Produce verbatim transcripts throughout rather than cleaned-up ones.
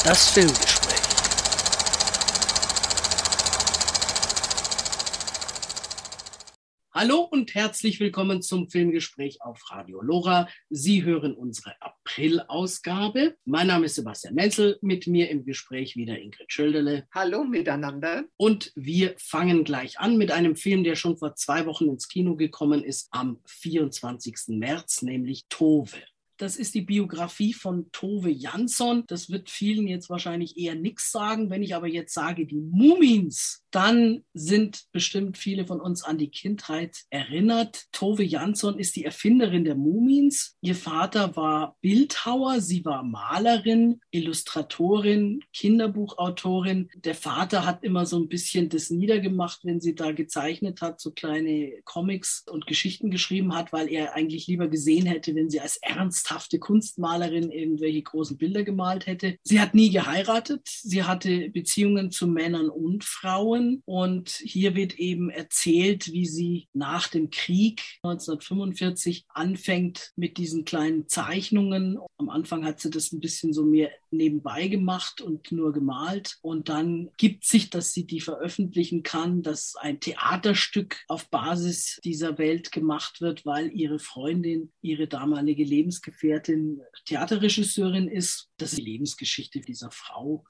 Das Filmgespräch. Hallo und herzlich willkommen zum Filmgespräch auf Radio Lora. Sie hören unsere April-Ausgabe. Mein Name ist Sebastian Menzel, mit mir im Gespräch wieder Ingrid Schölderle. Hallo miteinander. Und wir fangen gleich an mit einem Film, der schon vor zwei Wochen ins Kino gekommen ist, am vierundzwanzigsten März, nämlich Tove. Das ist die Biografie von Tove Jansson. Das wird vielen jetzt wahrscheinlich eher nichts sagen. Wenn ich aber jetzt sage, die Mumins, dann sind bestimmt viele von uns an die Kindheit erinnert. Tove Jansson ist die Erfinderin der Mumins. Ihr Vater war Bildhauer, sie war Malerin, Illustratorin, Kinderbuchautorin. Der Vater hat immer so ein bisschen das niedergemacht, wenn sie da gezeichnet hat, so kleine Comics und Geschichten geschrieben hat, weil er eigentlich lieber gesehen hätte, wenn sie als ernsthafte Kunstmalerin irgendwelche großen Bilder gemalt hätte. Sie hat nie geheiratet. Sie hatte Beziehungen zu Männern und Frauen. Und hier wird eben erzählt, wie sie nach dem Krieg neunzehnhundertfünfundvierzig anfängt mit diesen kleinen Zeichnungen. Am Anfang hat sie das ein bisschen so mehr nebenbei gemacht und nur gemalt. Und dann gibt sich, dass sie die veröffentlichen kann, dass ein Theaterstück auf Basis dieser Welt gemacht wird, weil ihre Freundin, ihre damalige Lebensgefährtin, Theaterregisseurin ist. Das ist die Lebensgeschichte dieser Frau.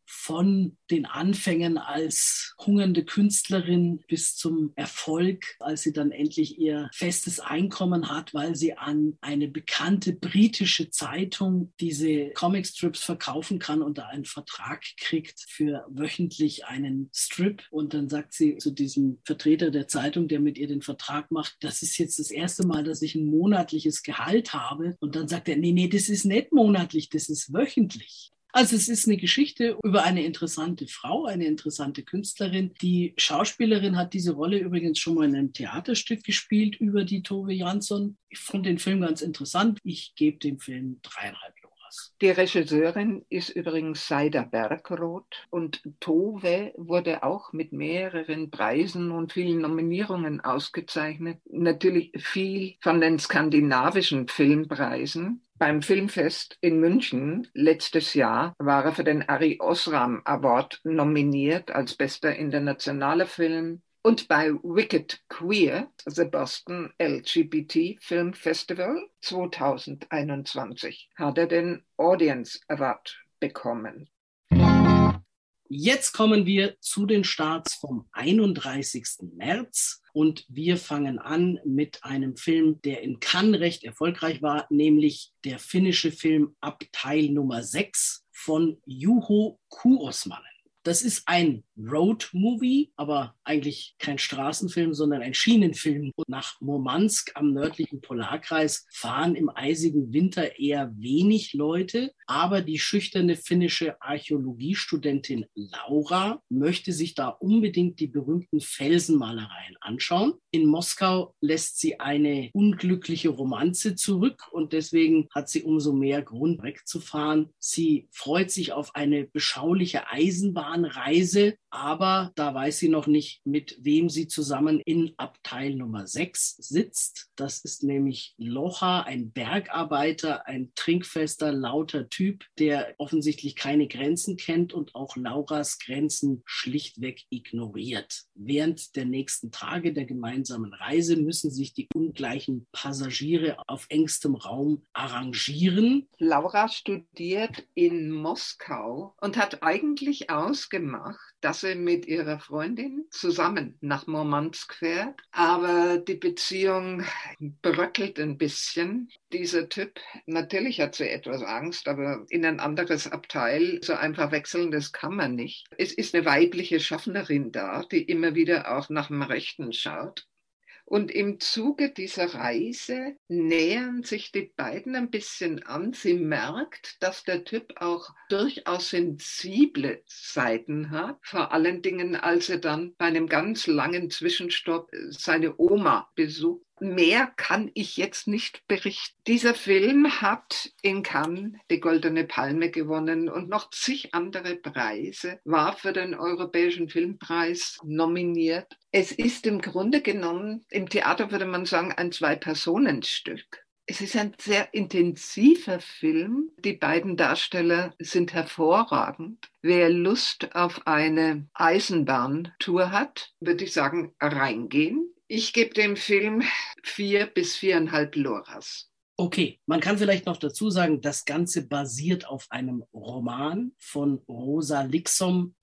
Von den Anfängen als hungernde Künstlerin bis zum Erfolg, als sie dann endlich ihr festes Einkommen hat, weil sie an eine bekannte britische Zeitung diese Comicstrips verkaufen kann und da einen Vertrag kriegt für wöchentlich einen Strip. Und dann sagt sie zu diesem Vertreter der Zeitung, der mit ihr den Vertrag macht, das ist jetzt das erste Mal, dass ich ein monatliches Gehalt habe. Und dann sagt er, nee, nee, das ist nicht monatlich, das ist wöchentlich. Also es ist eine Geschichte über eine interessante Frau, eine interessante Künstlerin. Die Schauspielerin hat diese Rolle übrigens schon mal in einem Theaterstück gespielt über die Tove Jansson. Ich fand den Film ganz interessant. Ich gebe dem Film dreieinhalb Loras. Die Regisseurin ist übrigens Saida Bergroth und Tove wurde auch mit mehreren Preisen und vielen Nominierungen ausgezeichnet. Natürlich viel von den skandinavischen Filmpreisen. Beim Filmfest in München letztes Jahr war er für den Ari Osram Award nominiert als bester internationaler Film. Und bei Wicked Queer, The Boston L G B T Film Festival zweitausendeinundzwanzig, hat er den Audience Award bekommen. Jetzt kommen wir zu den Starts vom einunddreißigsten März und wir fangen an mit einem Film, der in Cannes recht erfolgreich war, nämlich der finnische Film Abteil Nummer sechs von Juho Kuosmanen. Das ist ein Road-Movie, aber eigentlich kein Straßenfilm, sondern ein Schienenfilm. Und nach Murmansk am nördlichen Polarkreis fahren im eisigen Winter eher wenig Leute. Aber die schüchterne finnische Archäologiestudentin Laura möchte sich da unbedingt die berühmten Felsenmalereien anschauen. In Moskau lässt sie eine unglückliche Romanze zurück und deswegen hat sie umso mehr Grund wegzufahren. Sie freut sich auf eine beschauliche Eisenbahnreise, aber da weiß sie noch nicht, mit wem sie zusammen in Abteil Nummer sechs sitzt. Das ist nämlich Locha, ein Bergarbeiter, ein trinkfester, lauter Typ, der offensichtlich keine Grenzen kennt und auch Lauras Grenzen schlichtweg ignoriert. Während der nächsten Tage der gemeinsamen Reise müssen sich die ungleichen Passagiere auf engstem Raum arrangieren. Laura studiert in Moskau und hat eigentlich ausgemacht, dass sie mit ihrer Freundin zusammen nach Murmansk fährt. Aber die Beziehung bröckelt ein bisschen. Dieser Typ, natürlich hat sie etwas Angst, aber in ein anderes Abteil, so einfach wechseln, das kann man nicht. Es ist eine weibliche Schaffnerin da, die immer wieder auch nach dem Rechten schaut. Und im Zuge dieser Reise nähern sich die beiden ein bisschen an. Sie merkt, dass der Typ auch durchaus sensible Seiten hat. Vor allen Dingen, als er dann bei einem ganz langen Zwischenstopp seine Oma besucht. Mehr kann ich jetzt nicht berichten. Dieser Film hat in Cannes die Goldene Palme gewonnen und noch zig andere Preise, war für den Europäischen Filmpreis nominiert. Es ist im Grunde genommen, im Theater würde man sagen, ein Zwei-Personen-Stück. Es ist ein sehr intensiver Film. Die beiden Darsteller sind hervorragend. Wer Lust auf eine Eisenbahntour hat, würde ich sagen, reingehen. Ich gebe dem Film vier bis viereinhalb Loras. Okay, man kann vielleicht noch dazu sagen, das Ganze basiert auf einem Roman von Rosa Liksom.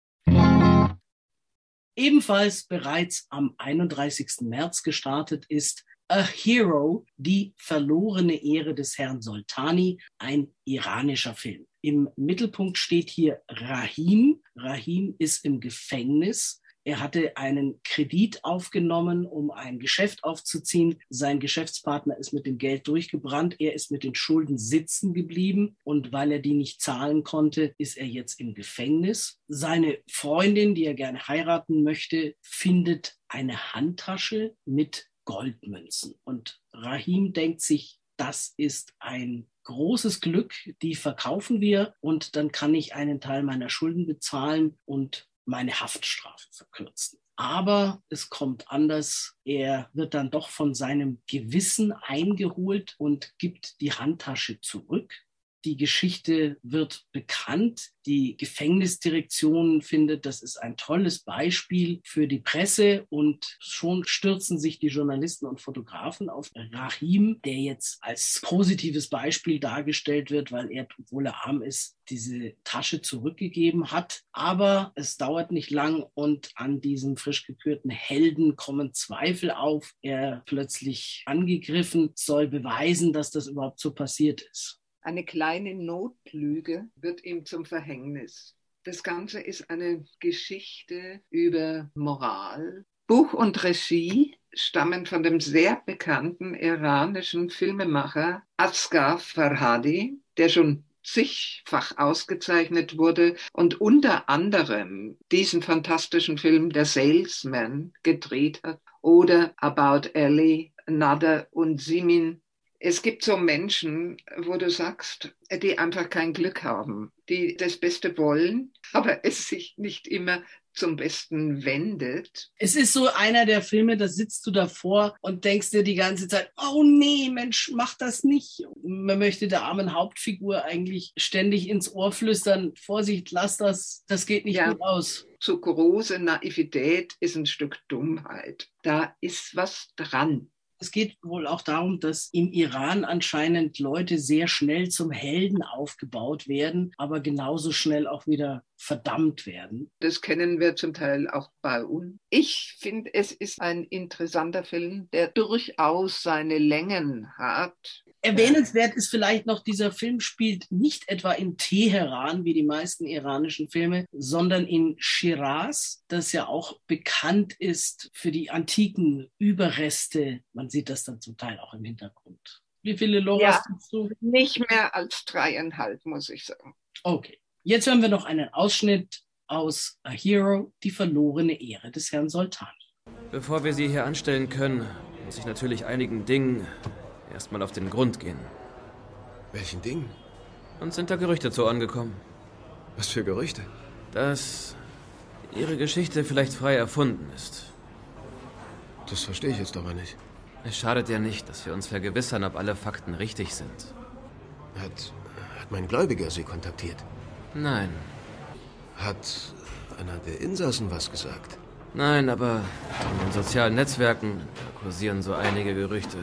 Ebenfalls bereits am einunddreißigsten März gestartet ist A Hero, die verlorene Ehre des Herrn Soltani, ein iranischer Film. Im Mittelpunkt steht hier Rahim. Rahim ist im Gefängnis. Er hatte einen Kredit aufgenommen, um ein Geschäft aufzuziehen. Sein Geschäftspartner ist mit dem Geld durchgebrannt. Er ist mit den Schulden sitzen geblieben. Und weil er die nicht zahlen konnte, ist er jetzt im Gefängnis. Seine Freundin, die er gerne heiraten möchte, findet eine Handtasche mit Goldmünzen. Und Rahim denkt sich, das ist ein großes Glück, die verkaufen wir und dann kann ich einen Teil meiner Schulden bezahlen und meine Haftstrafe verkürzen. Aber es kommt anders. Er wird dann doch von seinem Gewissen eingeholt und gibt die Handtasche zurück. Die Geschichte wird bekannt. Die Gefängnisdirektion findet, das ist ein tolles Beispiel für die Presse und schon stürzen sich die Journalisten und Fotografen auf Rahim, der jetzt als positives Beispiel dargestellt wird, weil er, obwohl er arm ist, diese Tasche zurückgegeben hat. Aber es dauert nicht lang und an diesem frisch gekürten Helden kommen Zweifel auf. Er plötzlich angegriffen, soll beweisen, dass das überhaupt so passiert ist. Eine kleine Notlüge wird ihm zum Verhängnis. Das Ganze ist eine Geschichte über Moral. Buch und Regie stammen von dem sehr bekannten iranischen Filmemacher Asghar Farhadi, der schon zigfach ausgezeichnet wurde und unter anderem diesen fantastischen Film Der Salesman gedreht hat oder About Ellie, Nader und Simin. Es gibt so Menschen, wo du sagst, die einfach kein Glück haben, die das Beste wollen, aber es sich nicht immer zum Besten wendet. Es ist so einer der Filme, da sitzt du davor und denkst dir die ganze Zeit, oh nee, Mensch, mach das nicht. Man möchte der armen Hauptfigur eigentlich ständig ins Ohr flüstern, Vorsicht, lass das, das geht nicht ja gut aus. Zu große Naivität ist ein Stück Dummheit. Da ist was dran. Es geht wohl auch darum, dass im Iran anscheinend Leute sehr schnell zum Helden aufgebaut werden, aber genauso schnell auch wieder verdammt werden. Das kennen wir zum Teil auch bei uns. Ich finde, es ist ein interessanter Film, der durchaus seine Längen hat. Erwähnenswert ist vielleicht noch, dieser Film spielt nicht etwa in Teheran, wie die meisten iranischen Filme, sondern in Schiraz, das ja auch bekannt ist für die antiken Überreste. Man sieht das dann zum Teil auch im Hintergrund. Wie viele Loras hast du? Nicht mehr als dreieinhalb, muss ich sagen. Okay. Jetzt hören wir noch einen Ausschnitt aus A Hero, die verlorene Ehre des Herrn Soltani. Bevor wir Sie hier anstellen können, muss ich natürlich einigen Dingen erstmal auf den Grund gehen. Welchen Dingen? Uns sind da Gerüchte zu Ohren gekommen. Was für Gerüchte? Dass Ihre Geschichte vielleicht frei erfunden ist. Das verstehe ich jetzt aber nicht. Es schadet ja nicht, dass wir uns vergewissern, ob alle Fakten richtig sind. Hat, hat mein Gläubiger Sie kontaktiert? Nein. Hat einer der Insassen was gesagt? Nein, aber in den sozialen Netzwerken da kursieren so einige Gerüchte.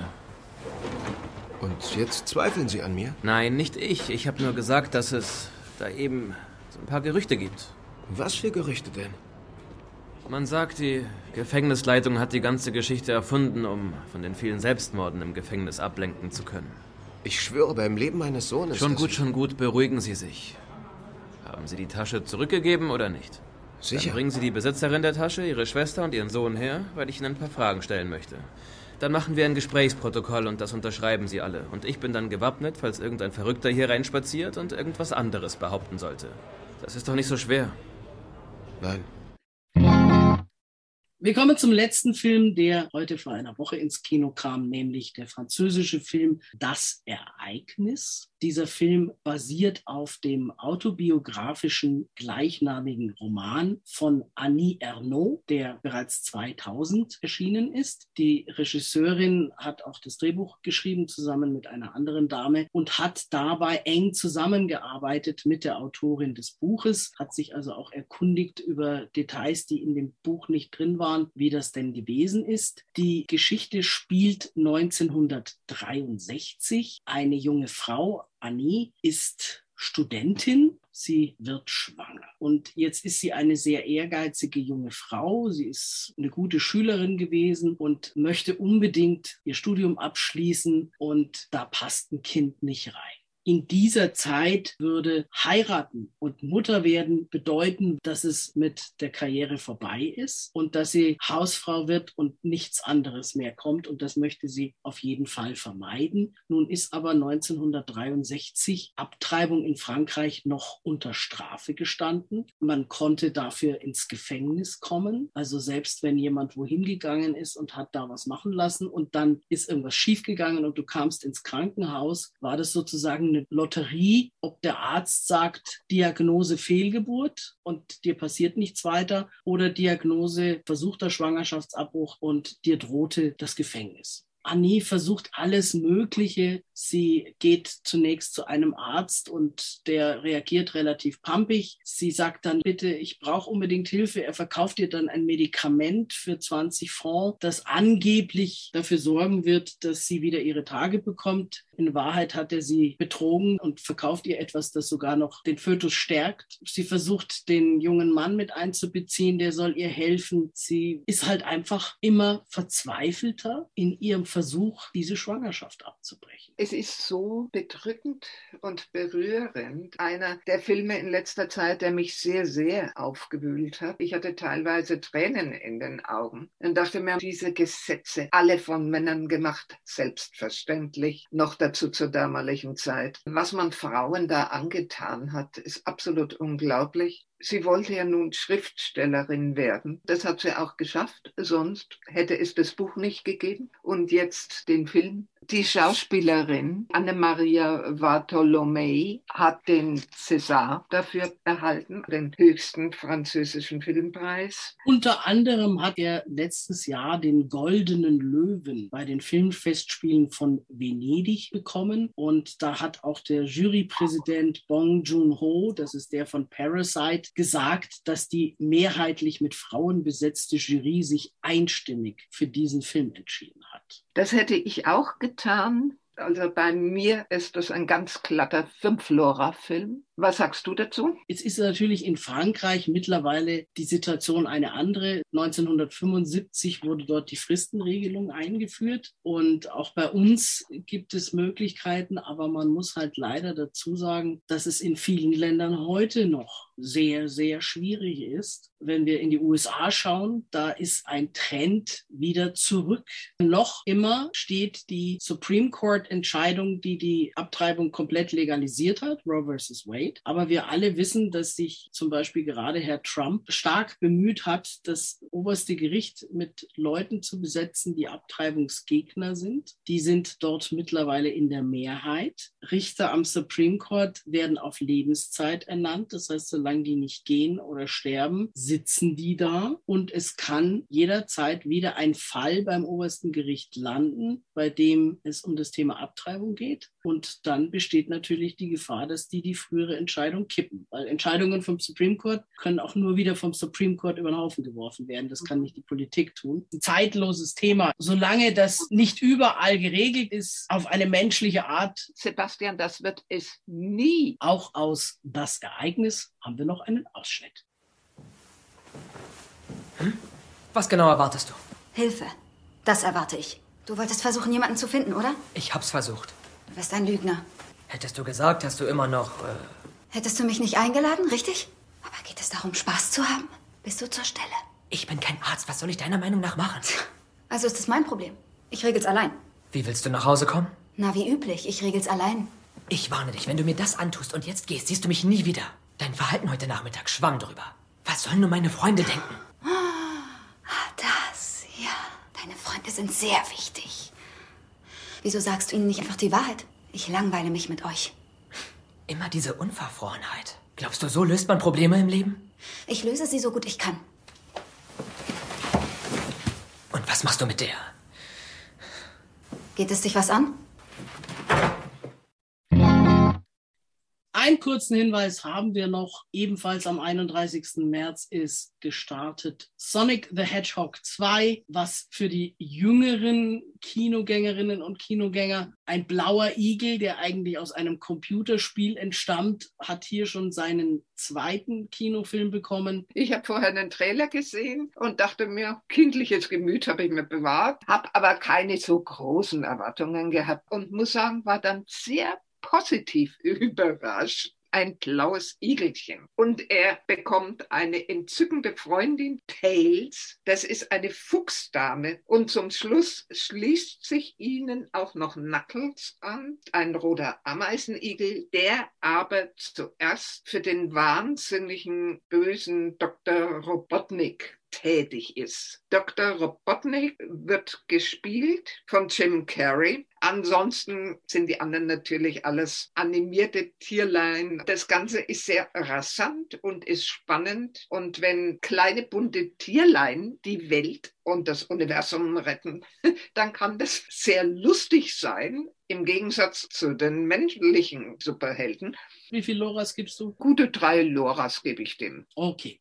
Und jetzt zweifeln Sie an mir? Nein, nicht ich. Ich habe nur gesagt, dass es da eben so ein paar Gerüchte gibt. Was für Gerüchte denn? Man sagt, die Gefängnisleitung hat die ganze Geschichte erfunden, um von den vielen Selbstmorden im Gefängnis ablenken zu können. Ich schwöre beim Leben meines Sohnes... Schon gut, schon gut. Beruhigen Sie sich. Haben Sie die Tasche zurückgegeben oder nicht? Sicher. Dann bringen Sie die Besitzerin der Tasche, Ihre Schwester und Ihren Sohn her, weil ich Ihnen ein paar Fragen stellen möchte. Dann machen wir ein Gesprächsprotokoll und das unterschreiben Sie alle. Und ich bin dann gewappnet, falls irgendein Verrückter hier reinspaziert und irgendwas anderes behaupten sollte. Das ist doch nicht so schwer. Nein. Wir kommen zum letzten Film, der heute vor einer Woche ins Kino kam, nämlich der französische Film Das Ereignis. Dieser Film basiert auf dem autobiografischen gleichnamigen Roman von Annie Ernaux, der bereits zweitausend erschienen ist. Die Regisseurin hat auch das Drehbuch geschrieben, zusammen mit einer anderen Dame, und hat dabei eng zusammengearbeitet mit der Autorin des Buches, hat sich also auch erkundigt über Details, die in dem Buch nicht drin waren, wie das denn gewesen ist. Die Geschichte spielt neunzehnhundertdreiundsechzig. Eine junge Frau, Annie, ist Studentin. Sie wird schwanger. Und jetzt ist sie eine sehr ehrgeizige junge Frau. Sie ist eine gute Schülerin gewesen und möchte unbedingt ihr Studium abschließen. Und da passt ein Kind nicht rein. In dieser Zeit würde heiraten und Mutter werden bedeuten, dass es mit der Karriere vorbei ist und dass sie Hausfrau wird und nichts anderes mehr kommt. Und das möchte sie auf jeden Fall vermeiden. Nun ist aber neunzehnhundertdreiundsechzig Abtreibung in Frankreich noch unter Strafe gestanden. Man konnte dafür ins Gefängnis kommen. Also selbst wenn jemand wohin gegangen ist und hat da was machen lassen und dann ist irgendwas schiefgegangen und du kamst ins Krankenhaus, war das sozusagen eine Lotterie, ob der Arzt sagt, Diagnose Fehlgeburt und dir passiert nichts weiter oder Diagnose versuchter Schwangerschaftsabbruch und dir drohte das Gefängnis. Annie versucht alles Mögliche. Sie geht zunächst zu einem Arzt und der reagiert relativ pampig. Sie sagt dann, bitte, ich brauche unbedingt Hilfe. Er verkauft ihr dann ein Medikament für zwanzig Francs, das angeblich dafür sorgen wird, dass sie wieder ihre Tage bekommt. In Wahrheit hat er sie betrogen und verkauft ihr etwas, das sogar noch den Fötus stärkt. Sie versucht, den jungen Mann mit einzubeziehen, der soll ihr helfen. Sie ist halt einfach immer verzweifelter in ihrem Versuch, diese Schwangerschaft abzubrechen. Es ist so bedrückend und berührend. Einer der Filme in letzter Zeit, der mich sehr, sehr aufgewühlt hat. Ich hatte teilweise Tränen in den Augen und dachte mir, diese Gesetze, alle von Männern gemacht, selbstverständlich, noch dazu zur damaligen Zeit. Was man Frauen da angetan hat, ist absolut unglaublich. Sie wollte ja nun Schriftstellerin werden. Das hat sie auch geschafft. Sonst hätte es das Buch nicht gegeben. Und jetzt den Film. Die Schauspielerin Anne-Maria Bartholomei hat den César dafür erhalten, den höchsten französischen Filmpreis. Unter anderem hat er letztes Jahr den Goldenen Löwen bei den Filmfestspielen von Venedig bekommen. Und da hat auch der Jurypräsident Bong Joon-ho, das ist der von Parasite, gesagt, dass die mehrheitlich mit Frauen besetzte Jury sich einstimmig für diesen Film entschieden hat. Das hätte ich auch getan. Also bei mir ist das ein ganz glatter Fünf-Flora-Film. Was sagst du dazu? Jetzt ist natürlich in Frankreich mittlerweile die Situation eine andere. neunzehnhundertfünfundsiebzig wurde dort die Fristenregelung eingeführt und auch bei uns gibt es Möglichkeiten, aber man muss halt leider dazu sagen, dass es in vielen Ländern heute noch sehr, sehr schwierig ist. Wenn wir in die U S A schauen, da ist ein Trend wieder zurück. Noch immer steht die Supreme Court Entscheidung, die die Abtreibung komplett legalisiert hat, Roe versus Wade. Aber wir alle wissen, dass sich zum Beispiel gerade Herr Trump stark bemüht hat, das oberste Gericht mit Leuten zu besetzen, die Abtreibungsgegner sind. Die sind dort mittlerweile in der Mehrheit. Richter am Supreme Court werden auf Lebenszeit ernannt. Das heißt, solange die nicht gehen oder sterben, sitzen die da. Und es kann jederzeit wieder ein Fall beim obersten Gericht landen, bei dem es um das Thema Abtreibung geht. Und dann besteht natürlich die Gefahr, dass die die frühere Entscheidung kippen. Weil Entscheidungen vom Supreme Court können auch nur wieder vom Supreme Court über den Haufen geworfen werden. Das kann nicht die Politik tun. Ein zeitloses Thema. Solange das nicht überall geregelt ist, auf eine menschliche Art. Sebastian, das wird es nie. Auch aus Das Ereignis haben wir noch einen Ausschnitt. Hm? Was genau erwartest du? Hilfe. Das erwarte ich. Du wolltest versuchen, jemanden zu finden, oder? Ich hab's versucht. Du bist ein Lügner. Hättest du gesagt, hast du immer noch... Äh... Hättest du mich nicht eingeladen, richtig? Aber geht es darum, Spaß zu haben? Bist du zur Stelle? Ich bin kein Arzt. Was soll ich deiner Meinung nach machen? Also ist es mein Problem. Ich regel's allein. Wie willst du nach Hause kommen? Na, wie üblich. Ich regel's allein. Ich warne dich, wenn du mir das antust und jetzt gehst, siehst du mich nie wieder. Dein Verhalten heute Nachmittag schwamm drüber. Was sollen nur meine Freunde denken? Da sind sehr wichtig. Wieso sagst du ihnen nicht einfach die Wahrheit? Ich langweile mich mit euch. Immer diese Unverfrorenheit. Glaubst du, so löst man Probleme im Leben? Ich löse sie so gut ich kann. Und was machst du mit der? Geht es dich was an? Einen kurzen Hinweis haben wir noch. Ebenfalls am einunddreißigsten März ist gestartet Sonic the Hedgehog zwei, was für die jüngeren Kinogängerinnen und Kinogänger ein blauer Igel, der eigentlich aus einem Computerspiel entstammt, hat hier schon seinen zweiten Kinofilm bekommen. Ich habe vorher einen Trailer gesehen und dachte mir, kindliches Gemüt habe ich mir bewahrt, habe aber keine so großen Erwartungen gehabt und muss sagen, war dann sehr positiv überrascht. Ein blaues Igelchen. Und er bekommt eine entzückende Freundin, Tails. Das ist eine Fuchsdame. Und zum Schluss schließt sich ihnen auch noch Knuckles an, ein roter Ameisenigel, der aber zuerst für den wahnsinnigen, bösen Doktor Robotnik tätig ist. Doktor Robotnik wird gespielt von Jim Carrey. Ansonsten sind die anderen natürlich alles animierte Tierlein. Das Ganze ist sehr rasant und ist spannend. Und wenn kleine bunte Tierlein die Welt und das Universum retten, dann kann das sehr lustig sein, im Gegensatz zu den männlichen Superhelden. Wie viele Loras gibst du? Gute drei Loras gebe ich dem. Okay.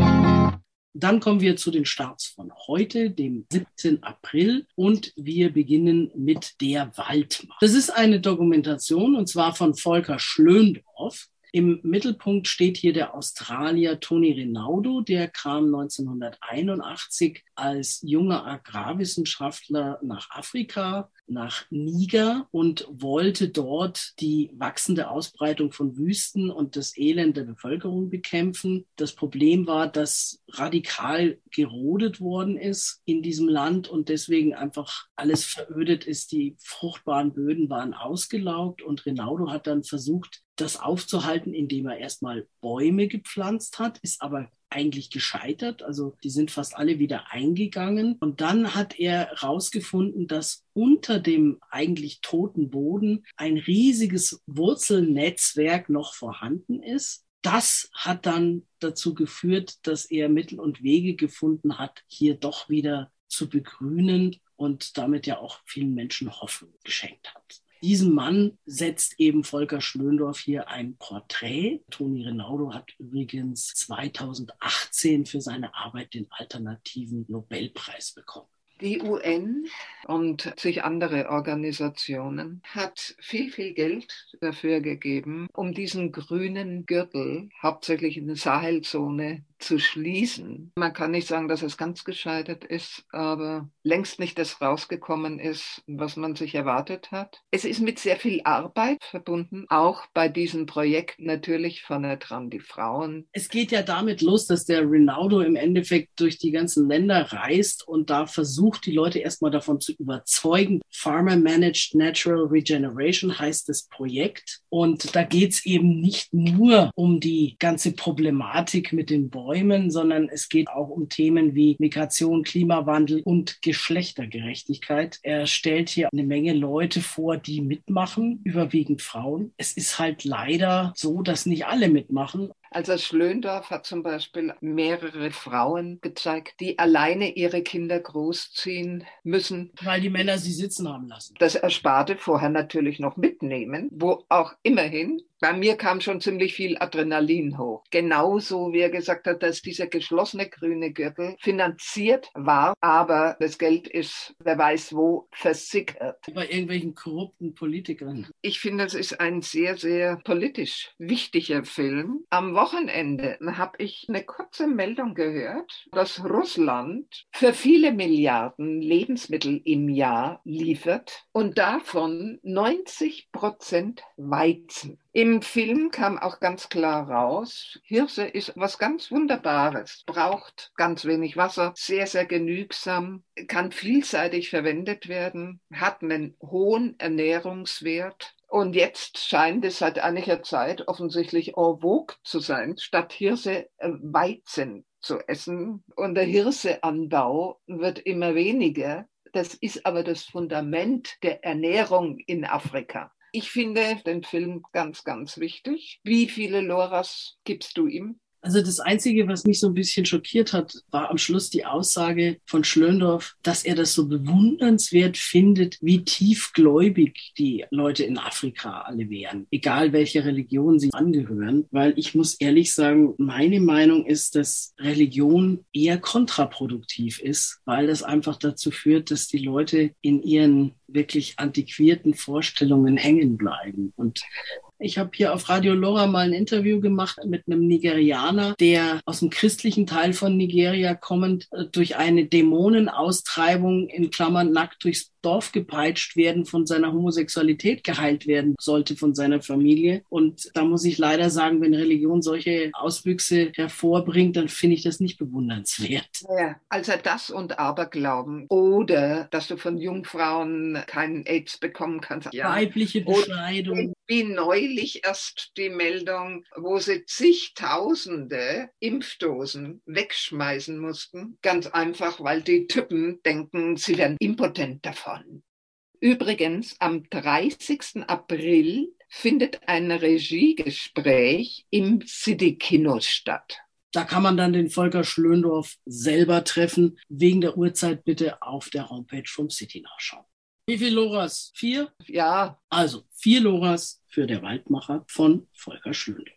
Dann kommen wir zu den Starts von heute, dem siebzehnten April, und wir beginnen mit Der Waldmann. Das ist eine Dokumentation, und zwar von Volker Schlöndorff. Im Mittelpunkt steht hier der Australier Tony Rinaudo, der kam neunzehnhunderteinundachtzig als junger Agrarwissenschaftler nach Afrika, nach Niger, und wollte dort die wachsende Ausbreitung von Wüsten und das Elend der Bevölkerung bekämpfen. Das Problem war, dass radikal gerodet worden ist in diesem Land und deswegen einfach alles verödet ist. Die fruchtbaren Böden waren ausgelaugt und Rinaudo hat dann versucht, das aufzuhalten, indem er erstmal Bäume gepflanzt hat, ist aber eigentlich gescheitert. Also die sind fast alle wieder eingegangen. Und dann hat er herausgefunden, dass unter dem eigentlich toten Boden ein riesiges Wurzelnetzwerk noch vorhanden ist. Das hat dann dazu geführt, dass er Mittel und Wege gefunden hat, hier doch wieder zu begrünen und damit ja auch vielen Menschen Hoffnung geschenkt hat. Diesem Mann setzt eben Volker Schlöndorff hier ein Porträt. Tony Rinaudo hat übrigens zweitausendachtzehn für seine Arbeit den alternativen Nobelpreis bekommen. Die U N und zig andere Organisationen hat viel, viel Geld dafür gegeben, um diesen grünen Gürtel, hauptsächlich in der Sahelzone, zu schließen. Man kann nicht sagen, dass es ganz gescheitert ist, aber längst nicht das rausgekommen ist, was man sich erwartet hat. Es ist mit sehr viel Arbeit verbunden, auch bei diesem Projekt natürlich vorne dran die Frauen. Es geht ja damit los, dass der Rinaudo im Endeffekt durch die ganzen Länder reist und da versucht, die Leute erstmal davon zu überzeugen. Farmer Managed Natural Regeneration heißt das Projekt. Und da geht es eben nicht nur um die ganze Problematik mit den Bäumen, sondern es geht auch um Themen wie Migration, Klimawandel und Geschlechtergerechtigkeit. Er stellt hier eine Menge Leute vor, die mitmachen, überwiegend Frauen. Es ist halt leider so, dass nicht alle mitmachen. Also Schlöndorff hat zum Beispiel mehrere Frauen gezeigt, die alleine ihre Kinder großziehen müssen. Weil die Männer sie sitzen haben lassen. Das Ersparte vorher natürlich noch mitnehmen, wo auch immerhin. Bei mir kam schon ziemlich viel Adrenalin hoch. Genauso wie er gesagt hat, dass dieser geschlossene grüne Gürtel finanziert war, aber das Geld ist, wer weiß wo, versickert. Bei irgendwelchen korrupten Politikern. Ich finde, es ist ein sehr, sehr politisch wichtiger Film. Am Wochenende habe ich eine kurze Meldung gehört, dass Russland für viele Milliarden Lebensmittel im Jahr liefert und davon neunzig Prozent Weizen. Im Film kam auch ganz klar raus, Hirse ist was ganz Wunderbares, braucht ganz wenig Wasser, sehr, sehr genügsam, kann vielseitig verwendet werden, hat einen hohen Ernährungswert. Und jetzt scheint es seit einiger Zeit offensichtlich en vogue zu sein, statt Hirse Weizen zu essen. Und der Hirseanbau wird immer weniger. Das ist aber das Fundament der Ernährung in Afrika. Ich finde den Film ganz, ganz wichtig. Wie viele Loras gibst du ihm? Also das Einzige, was mich so ein bisschen schockiert hat, war am Schluss die Aussage von Schlöndorff, dass er das so bewundernswert findet, wie tiefgläubig die Leute in Afrika alle wären, egal welcher Religion sie angehören. Weil ich muss ehrlich sagen, meine Meinung ist, dass Religion eher kontraproduktiv ist, weil das einfach dazu führt, dass die Leute in ihren wirklich antiquierten Vorstellungen hängen bleiben. Und ich habe hier auf Radio Lora mal ein Interview gemacht mit einem Nigerianer, der aus dem christlichen Teil von Nigeria kommend durch eine Dämonenaustreibung in Klammern nackt durchs Dorf gepeitscht werden, von seiner Homosexualität geheilt werden sollte von seiner Familie. Und da muss ich leider sagen, wenn Religion solche Auswüchse hervorbringt, dann finde ich das nicht bewundernswert. Ja, also das und Aberglauben oder dass du von Jungfrauen keinen AIDS bekommen kannst. Ja. Weibliche Beschneidung. Wie neulich erst die Meldung, wo sie zigtausende Impfdosen wegschmeißen mussten. Ganz einfach, weil die Typen denken, sie werden impotent davon. Übrigens, am dreißigsten April findet ein Regiegespräch im City-Kino statt. Da kann man dann den Volker Schlöndorff selber treffen. Wegen der Uhrzeit bitte auf der Homepage vom City nachschauen. Wie viele Loras? Vier? Ja. Also vier Loras für Der Waldmacher von Volker Schlöndorff.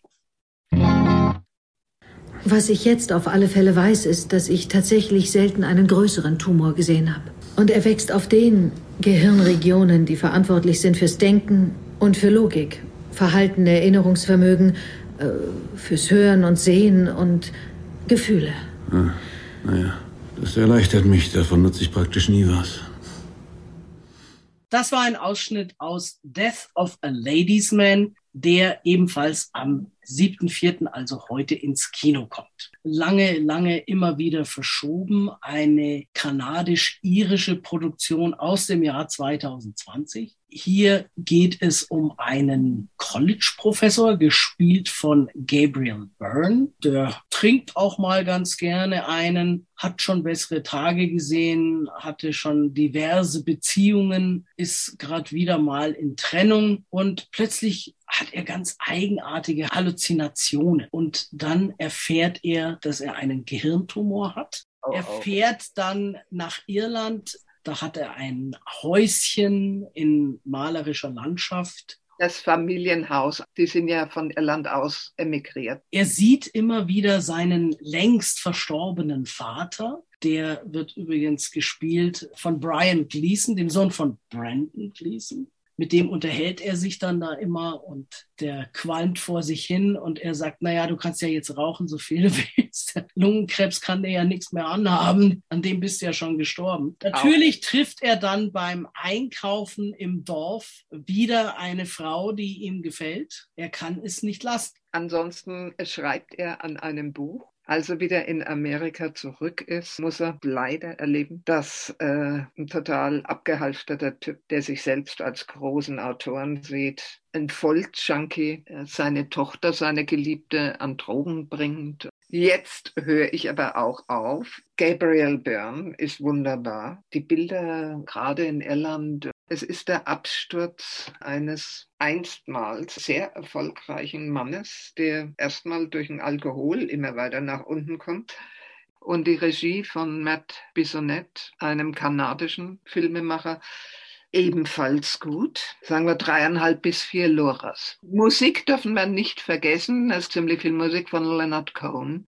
Was ich jetzt auf alle Fälle weiß, ist, dass ich tatsächlich selten einen größeren Tumor gesehen habe. Und er wächst auf den Gehirnregionen, die verantwortlich sind fürs Denken und für Logik, Verhalten, Erinnerungsvermögen, äh, fürs Hören und Sehen und Gefühle. Ah, naja, das erleichtert mich. Davon nutze ich praktisch nie was. Das war ein Ausschnitt aus Death of a Ladies Man, der ebenfalls am siebten vierten, also heute, ins Kino kommt. Lange, lange immer wieder verschoben. Eine kanadisch-irische Produktion aus dem Jahr zwanzig zwanzig. Hier geht es um einen College-Professor, gespielt von Gabriel Byrne. Der trinkt auch mal ganz gerne einen, hat schon bessere Tage gesehen, hatte schon diverse Beziehungen, ist gerade wieder mal in Trennung und plötzlich hat er ganz eigenartige Halluzinationen. Und dann erfährt er, dass er einen Gehirntumor hat. Oh, er oh. fährt dann nach Irland. Da hat er ein Häuschen in malerischer Landschaft. Das Familienhaus, die sind ja von Irland aus emigriert. Er sieht immer wieder seinen längst verstorbenen Vater. Der wird übrigens gespielt von Brian Gleason, dem Sohn von Brandon Gleason. Mit dem unterhält er sich dann da immer und der qualmt vor sich hin und er sagt, naja, du kannst ja jetzt rauchen, so viel du willst. Lungenkrebs kann dir ja nichts mehr anhaben, an dem bist du ja schon gestorben. Natürlich trifft er dann beim Einkaufen im Dorf wieder eine Frau, die ihm gefällt. Er kann es nicht lassen. Ansonsten schreibt er an einem Buch. Als er wieder in Amerika zurück ist, muss er leider erleben, dass äh, ein total abgehalfterter Typ, der sich selbst als großen Autoren sieht, ein Volljunkie, äh, seine Tochter, seine Geliebte an Drogen bringt. Jetzt höre ich aber auch auf. Gabriel Byrne ist wunderbar. Die Bilder, gerade in Irland, es ist der Absturz eines einstmals sehr erfolgreichen Mannes, der erstmal durch den Alkohol immer weiter nach unten kommt. Und die Regie von Matt Bissonnette, einem kanadischen Filmemacher, ebenfalls gut. Sagen wir dreieinhalb bis vier Loras. Musik dürfen wir nicht vergessen. Das ist ziemlich viel Musik von Leonard Cohen.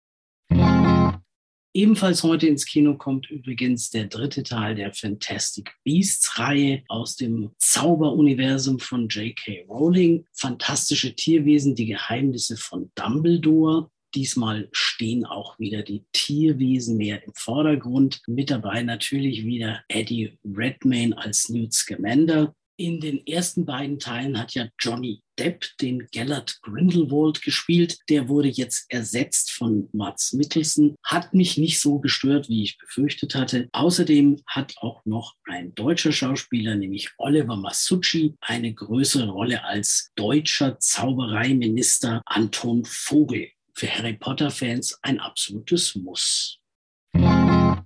Ebenfalls heute ins Kino kommt übrigens der dritte Teil der Fantastic Beasts-Reihe aus dem Zauberuniversum von J K Rowling. Fantastische Tierwesen, die Geheimnisse von Dumbledore. Diesmal stehen auch wieder die Tierwesen mehr im Vordergrund. Mit dabei natürlich wieder Eddie Redmayne als Newt Scamander. In den ersten beiden Teilen hat ja Johnny Depp den Gellert Grindelwald gespielt. Der wurde jetzt ersetzt von Mads Mikkelsen. Hat mich nicht so gestört, wie ich befürchtet hatte. Außerdem hat auch noch ein deutscher Schauspieler, nämlich Oliver Masucci, eine größere Rolle als deutscher Zaubereiminister Anton Vogel. Für Harry Potter-Fans ein absolutes Muss.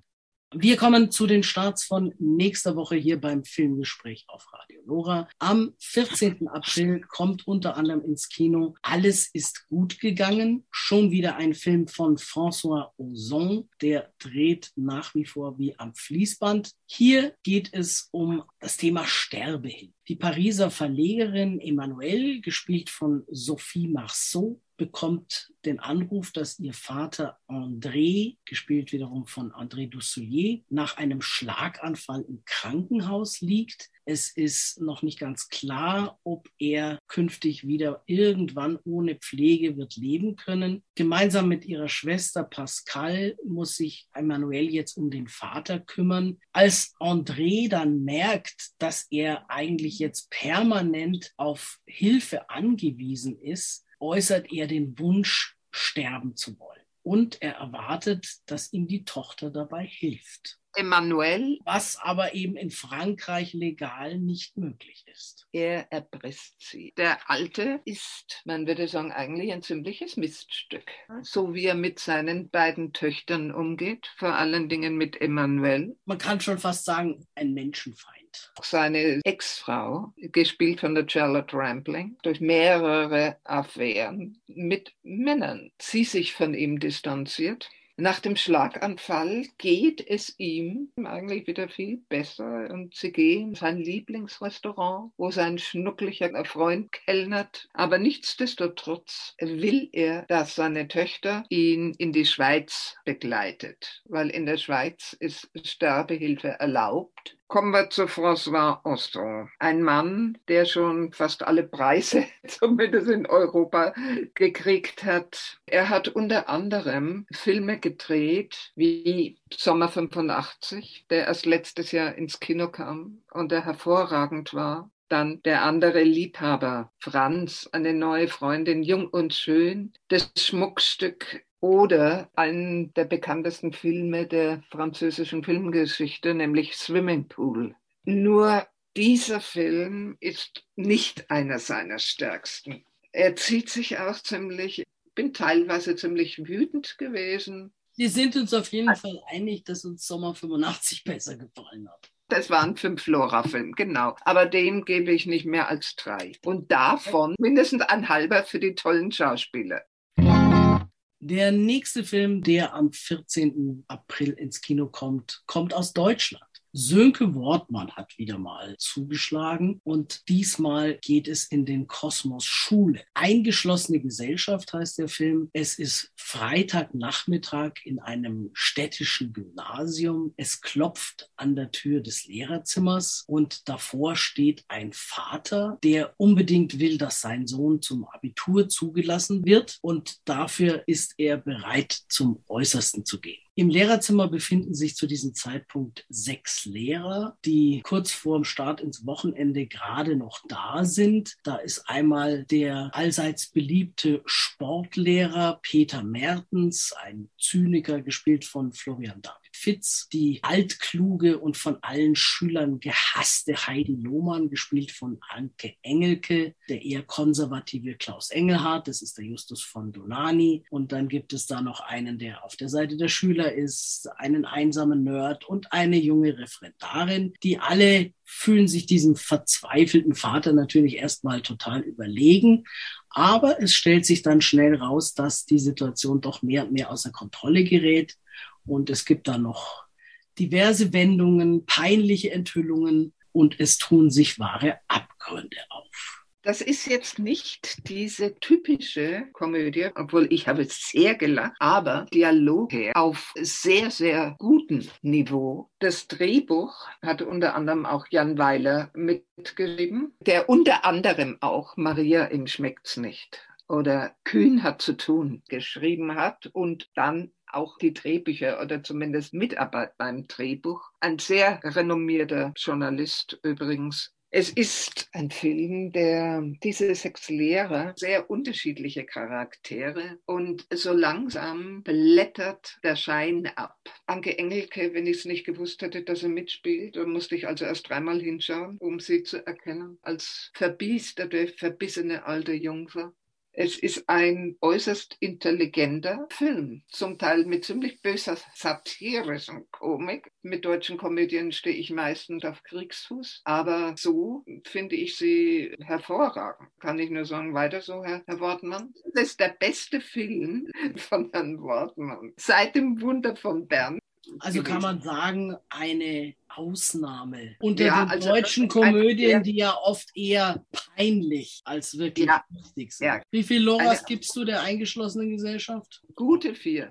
Wir kommen zu den Starts von nächster Woche hier beim Filmgespräch auf Radio Lora. Am vierzehnten April kommt unter anderem ins Kino Alles ist gut gegangen. Schon wieder ein Film von François Ozon. Der dreht nach wie vor wie am Fließband. Hier geht es um das Thema Sterbehilfe. Die Pariser Verlegerin Emmanuelle, gespielt von Sophie Marceau, bekommt den Anruf, dass ihr Vater André, gespielt wiederum von André Dussolier, nach einem Schlaganfall im Krankenhaus liegt. Es ist noch nicht ganz klar, ob er künftig wieder irgendwann ohne Pflege wird leben können. Gemeinsam mit ihrer Schwester Pascal muss sich Emmanuelle jetzt um den Vater kümmern. Als André dann merkt, dass er eigentlich jetzt permanent auf Hilfe angewiesen ist, äußert er den Wunsch, sterben zu wollen. Und er erwartet, dass ihm die Tochter dabei hilft. Emmanuelle, was aber eben in Frankreich legal nicht möglich ist. Er erpresst sie. Der Alte ist, man würde sagen, eigentlich ein ziemliches Miststück. So wie er mit seinen beiden Töchtern umgeht, vor allen Dingen mit Emmanuelle. Man kann schon fast sagen, ein Menschenfeind. Seine Ex-Frau, gespielt von der Charlotte Rampling, durch mehrere Affären mit Männern, sie sich von ihm distanziert. Nach dem Schlaganfall geht es ihm eigentlich wieder viel besser und sie gehen in sein Lieblingsrestaurant, wo sein schnucklicher Freund kellnert. Aber nichtsdestotrotz will er, dass seine Töchter ihn in die Schweiz begleitet, weil in der Schweiz ist Sterbehilfe erlaubt. Kommen wir zu François Ozon, ein Mann, der schon fast alle Preise, zumindest in Europa, gekriegt hat. Er hat unter anderem Filme gedreht wie Sommer fünfundachtzig, der erst letztes Jahr ins Kino kam und der hervorragend war. Dann Der andere Liebhaber, Franz, eine neue Freundin, Jung und Schön, das Schmuckstück oder einen der bekanntesten Filme der französischen Filmgeschichte, nämlich Swimming Pool. Nur dieser Film ist nicht einer seiner stärksten. Er zieht sich auch ziemlich, ich bin teilweise ziemlich wütend gewesen. Wir sind uns auf jeden Fall einig, dass uns Sommer fünfundachtzig besser gefallen hat. Das war ein Fünf-Flora-Film, genau. Aber dem gebe ich nicht mehr als drei. Und davon mindestens ein halber für die tollen Schauspieler. Der nächste Film, der am vierzehnten April ins Kino kommt, kommt aus Deutschland. Sönke Wortmann hat wieder mal zugeschlagen und diesmal geht es in den Kosmos Schule. Eingeschlossene Gesellschaft heißt der Film. Es ist Freitagnachmittag in einem städtischen Gymnasium. Es klopft an der Tür des Lehrerzimmers und davor steht ein Vater, der unbedingt will, dass sein Sohn zum Abitur zugelassen wird und dafür ist er bereit, zum Äußersten zu gehen. Im Lehrerzimmer befinden sich zu diesem Zeitpunkt sechs Lehrer, die kurz vor dem Start ins Wochenende gerade noch da sind. Da ist einmal der allseits beliebte Sportlehrer Peter Mertens, ein Zyniker, gespielt von Florian David Fitz, die altkluge und von allen Schülern gehasste Heidi Lohmann, gespielt von Anke Engelke, der eher konservative Klaus Engelhardt, das ist der Justus von Donani. Und dann gibt es da noch einen, der auf der Seite der Schüler ist, einen einsamen Nerd und eine junge Referendarin, die alle fühlen sich diesem verzweifelten Vater natürlich erstmal total überlegen. Aber es stellt sich dann schnell raus, dass die Situation doch mehr und mehr außer Kontrolle gerät. Und es gibt da noch diverse Wendungen, peinliche Enthüllungen und es tun sich wahre Abgründe auf. Das ist jetzt nicht diese typische Komödie, obwohl ich habe sehr gelacht, aber Dialoge auf sehr, sehr gutem Niveau. Das Drehbuch hat unter anderem auch Jan Weiler mitgeschrieben, der unter anderem auch Maria in Schmeckt's nicht oder Kühn hat zu tun geschrieben hat und dann auch die Drehbücher oder zumindest Mitarbeit beim Drehbuch. Ein sehr renommierter Journalist übrigens. Es ist ein Film, der diese sechs Lehrer, sehr unterschiedliche Charaktere und so langsam blättert der Schein ab. Anke Engelke, wenn ich es nicht gewusst hätte, dass er mitspielt, dann musste ich also erst dreimal hinschauen, um sie zu erkennen, als verbiesterte, verbissene alte Jungfer. Es ist ein äußerst intelligenter Film, zum Teil mit ziemlich böser satirischen Komik. Mit deutschen Komödien stehe ich meistens auf Kriegsfuß, aber so finde ich sie hervorragend. Kann ich nur sagen, weiter so, Herr, Herr Wortmann. Das ist der beste Film von Herrn Wortmann seit dem Wunder von Bern. Also kann man sagen, eine Ausnahme unter ja, den also deutschen Komödien, die ja oft eher peinlich als wirklich ja, lustig sind. Ja. Wie viel Loras Eine gibst du der eingeschlossenen Gesellschaft? Gute vier.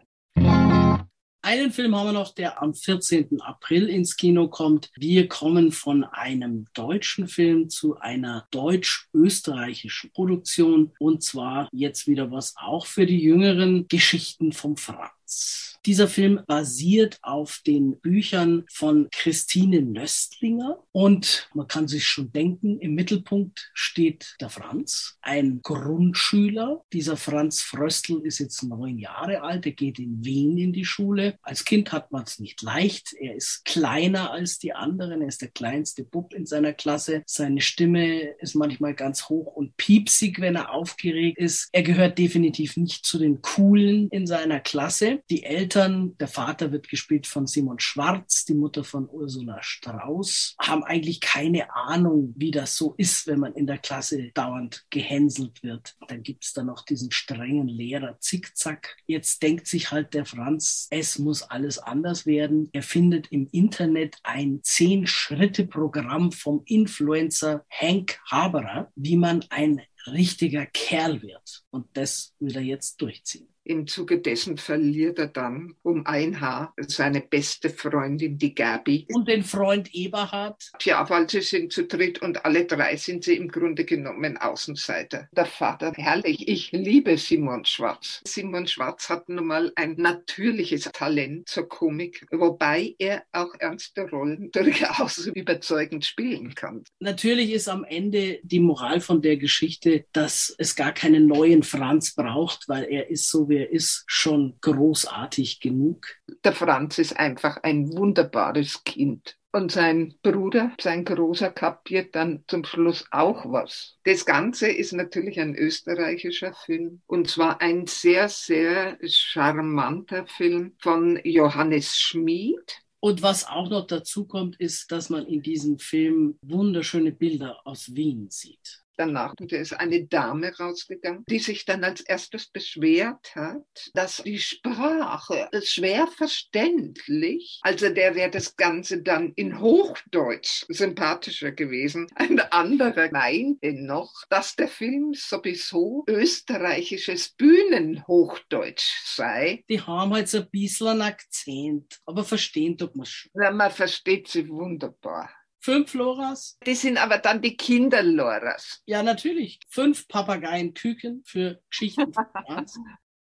Einen Film haben wir noch, der am vierzehnten April ins Kino kommt. Wir kommen von einem deutschen Film zu einer deutsch-österreichischen Produktion. Und zwar jetzt wieder was auch für die Jüngeren: Geschichten vom Franz. Dieser Film basiert auf den Büchern von Christine Nöstlinger und man kann sich schon denken, im Mittelpunkt steht der Franz, ein Grundschüler. Dieser Franz Fröstl ist jetzt neun Jahre alt, er geht in Wien in die Schule. Als Kind hat man es nicht leicht, er ist kleiner als die anderen, er ist der kleinste Bub in seiner Klasse. Seine Stimme ist manchmal ganz hoch und piepsig, wenn er aufgeregt ist. Er gehört definitiv nicht zu den Coolen in seiner Klasse. Die Eltern, der Vater wird gespielt von Simon Schwarz, die Mutter von Ursula Strauß, haben eigentlich keine Ahnung, wie das so ist, wenn man in der Klasse dauernd gehänselt wird. Dann gibt es da noch diesen strengen Lehrer Zickzack. Jetzt denkt sich halt der Franz, es muss alles anders werden. Er findet im Internet ein Zehn-Schritte-Programm vom Influencer Hank Haberer, wie man ein richtiger Kerl wird. Und das will er jetzt durchziehen. Im Zuge dessen verliert er dann um ein Haar seine beste Freundin, die Gabi. Und den Freund Eberhard. Ja, weil sie sind zu dritt und alle drei sind sie im Grunde genommen Außenseiter. Der Vater, herrlich, ich liebe Simon Schwarz. Simon Schwarz hat nun mal ein natürliches Talent zur Komik, wobei er auch ernste Rollen durchaus überzeugend spielen kann. Natürlich ist am Ende die Moral von der Geschichte, dass es gar keinen neuen Franz braucht, weil er ist so, wie er ist, schon großartig genug. Der Franz ist einfach ein wunderbares Kind. Und sein Bruder, sein Großer, kapiert dann zum Schluss auch was. Das Ganze ist natürlich ein österreichischer Film. Und zwar ein sehr, sehr charmanter Film von Johannes Schmid. Und was auch noch dazu kommt, ist, dass man in diesem Film wunderschöne Bilder aus Wien sieht. Danach ist eine Dame rausgegangen, die sich dann als erstes beschwert hat, dass die Sprache ist schwer verständlich. Also der wäre das Ganze dann in Hochdeutsch sympathischer gewesen. Ein anderer meinte noch, dass der Film sowieso österreichisches Bühnenhochdeutsch sei. Die haben halt so ein bisschen einen Akzent, aber verstehen tut man schon. Ja, man versteht sie wunderbar. Fünf Loras. Die sind aber dann die Kinderloras. Ja, natürlich. Fünf Papageien-Küken für Geschichten von Franz.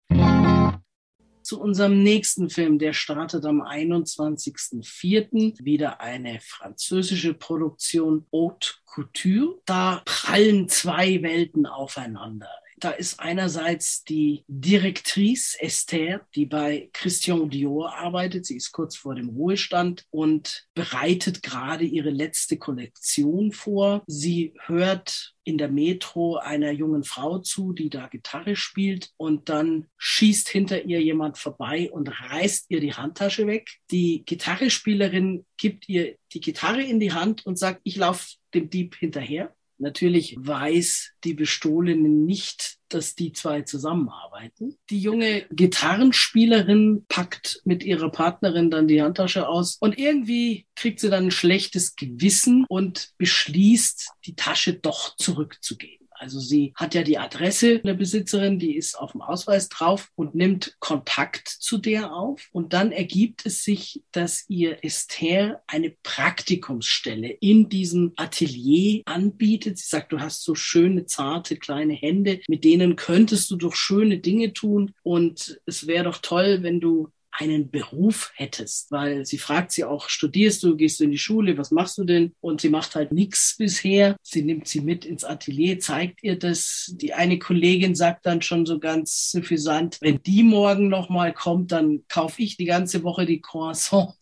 Zu unserem nächsten Film, der startet am einundzwanzigsten vierten Wieder eine französische Produktion, Haute Couture. Da prallen zwei Welten aufeinander. Da ist einerseits die Direktrice Esther, die bei Christian Dior arbeitet. Sie ist kurz vor dem Ruhestand und bereitet gerade ihre letzte Kollektion vor. Sie hört in der Metro einer jungen Frau zu, die da Gitarre spielt, und dann schießt hinter ihr jemand vorbei und reißt ihr die Handtasche weg. Die Gitarrespielerin gibt ihr die Gitarre in die Hand und sagt, ich laufe dem Dieb hinterher. Natürlich weiß die Bestohlene nicht, dass die zwei zusammenarbeiten. Die junge Gitarrenspielerin packt mit ihrer Partnerin dann die Handtasche aus und irgendwie kriegt sie dann ein schlechtes Gewissen und beschließt, die Tasche doch zurückzugeben. Also sie hat ja die Adresse der Besitzerin, die ist auf dem Ausweis drauf, und nimmt Kontakt zu der auf. Und dann ergibt es sich, dass ihr Esther eine Praktikumsstelle in diesem Atelier anbietet. Sie sagt, du hast so schöne, zarte, kleine Hände, mit denen könntest du doch schöne Dinge tun. Und es wäre doch toll, wenn du einen Beruf hättest, weil sie fragt sie auch, studierst du, gehst du in die Schule, was machst du denn? Und sie macht halt nichts bisher. Sie nimmt sie mit ins Atelier, zeigt ihr das. Die eine Kollegin sagt dann schon so ganz suffisant, wenn die morgen nochmal kommt, dann kaufe ich die ganze Woche die Croissants.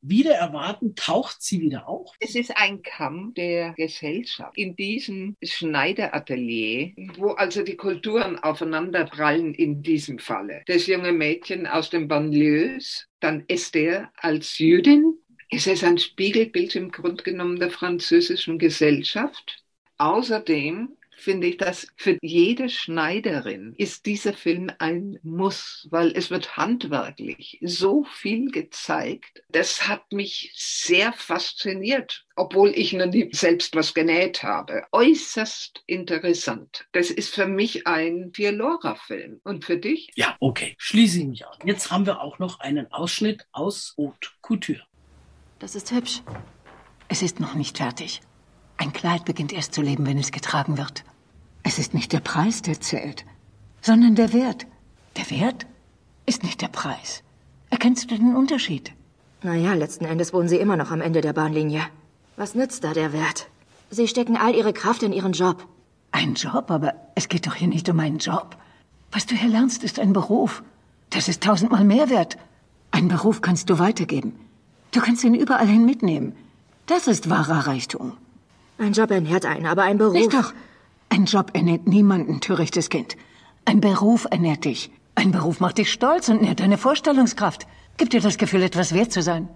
Wieder erwarten taucht sie wieder auf. Es ist ein Kampf der Gesellschaft in diesem Schneideratelier, wo also die Kulturen aufeinanderprallen in diesem Falle. Das junge Mädchen aus den Banlieues, dann Esther als Jüdin. Es ist ein Spiegelbild im Grunde genommen der französischen Gesellschaft. Außerdem finde ich, dass für jede Schneiderin ist dieser Film ein Muss, weil es wird handwerklich so viel gezeigt. Das hat mich sehr fasziniert, obwohl ich noch nie selbst was genäht habe. Äußerst interessant. Das ist für mich ein Fielora-Film. Und für dich? Ja, okay. Schließe ich mich an. Jetzt haben wir auch noch einen Ausschnitt aus Haute Couture. Das ist hübsch. Es ist noch nicht fertig. Ein Kleid beginnt erst zu leben, wenn es getragen wird. Es ist nicht der Preis, der zählt, sondern der Wert. Der Wert ist nicht der Preis. Erkennst du den Unterschied? Naja, letzten Endes wohnen Sie immer noch am Ende der Bahnlinie. Was nützt da der Wert? Sie stecken all Ihre Kraft in Ihren Job. Ein Job? Aber es geht doch hier nicht um einen Job. Was du hier lernst, ist ein Beruf. Das ist tausendmal mehr wert. Einen Beruf kannst du weitergeben. Du kannst ihn überall hin mitnehmen. Das ist wahrer Reichtum. Ein Job ernährt einen, aber ein Beruf... Nicht doch. Ein Job ernährt niemanden, törichtes Kind. Ein Beruf ernährt dich. Ein Beruf macht dich stolz und nährt deine Vorstellungskraft. Gibt dir das Gefühl, etwas wert zu sein.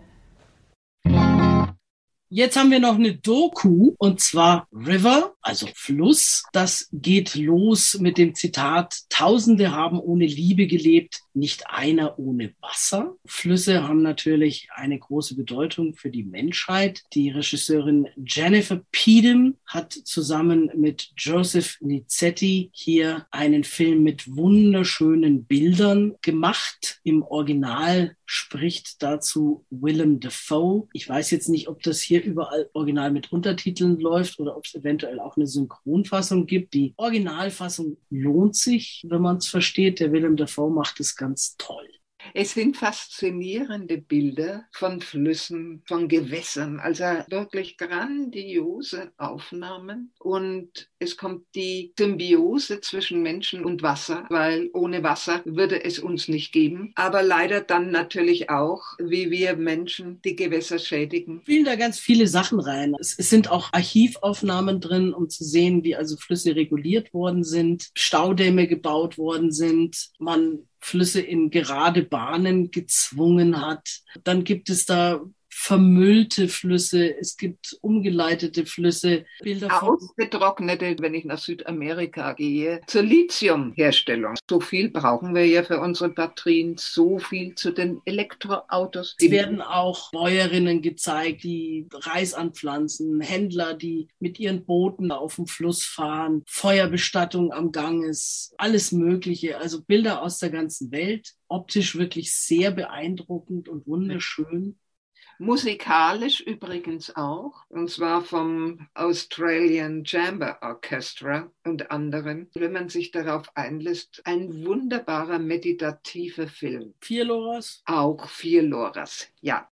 Jetzt haben wir noch eine Doku, und zwar River, also Fluss. Das geht los mit dem Zitat: Tausende haben ohne Liebe gelebt, nicht einer ohne Wasser. Flüsse haben natürlich eine große Bedeutung für die Menschheit. Die Regisseurin Jennifer Peedham hat zusammen mit Joseph Nizetti hier einen Film mit wunderschönen Bildern gemacht. Im Original spricht dazu Willem Dafoe. Ich weiß jetzt nicht, ob das hier überall original mit Untertiteln läuft oder ob es eventuell auch eine Synchronfassung gibt. Die Originalfassung lohnt sich, wenn man es versteht. Der Willem Dafoe macht es ganz toll. Es sind faszinierende Bilder von Flüssen, von Gewässern, also wirklich grandiose Aufnahmen. Und es kommt die Symbiose zwischen Menschen und Wasser, weil ohne Wasser würde es uns nicht geben. Aber leider dann natürlich auch, wie wir Menschen die Gewässer schädigen. Spielen da ganz viele Sachen rein. Es, es sind auch Archivaufnahmen drin, um zu sehen, wie also Flüsse reguliert worden sind, Staudämme gebaut worden sind, man Flüsse in gerade Bahnen gezwungen hat. Dann gibt es da vermüllte Flüsse, es gibt umgeleitete Flüsse. Bilder von Ausgetrocknete, wenn ich nach Südamerika gehe, zur Lithiumherstellung. So viel brauchen wir ja für unsere Batterien, so viel zu den Elektroautos. Es werden auch Bäuerinnen gezeigt, die Reis anpflanzen, Händler, die mit ihren Booten auf dem Fluss fahren, Feuerbestattung am Ganges, alles Mögliche. Also Bilder aus der ganzen Welt, optisch wirklich sehr beeindruckend und wunderschön. Musikalisch übrigens auch, und zwar vom Australian Chamber Orchestra und anderen. Wenn man sich darauf einlässt, ein wunderbarer meditativer Film. Vier Loras? Auch vier Loras, ja.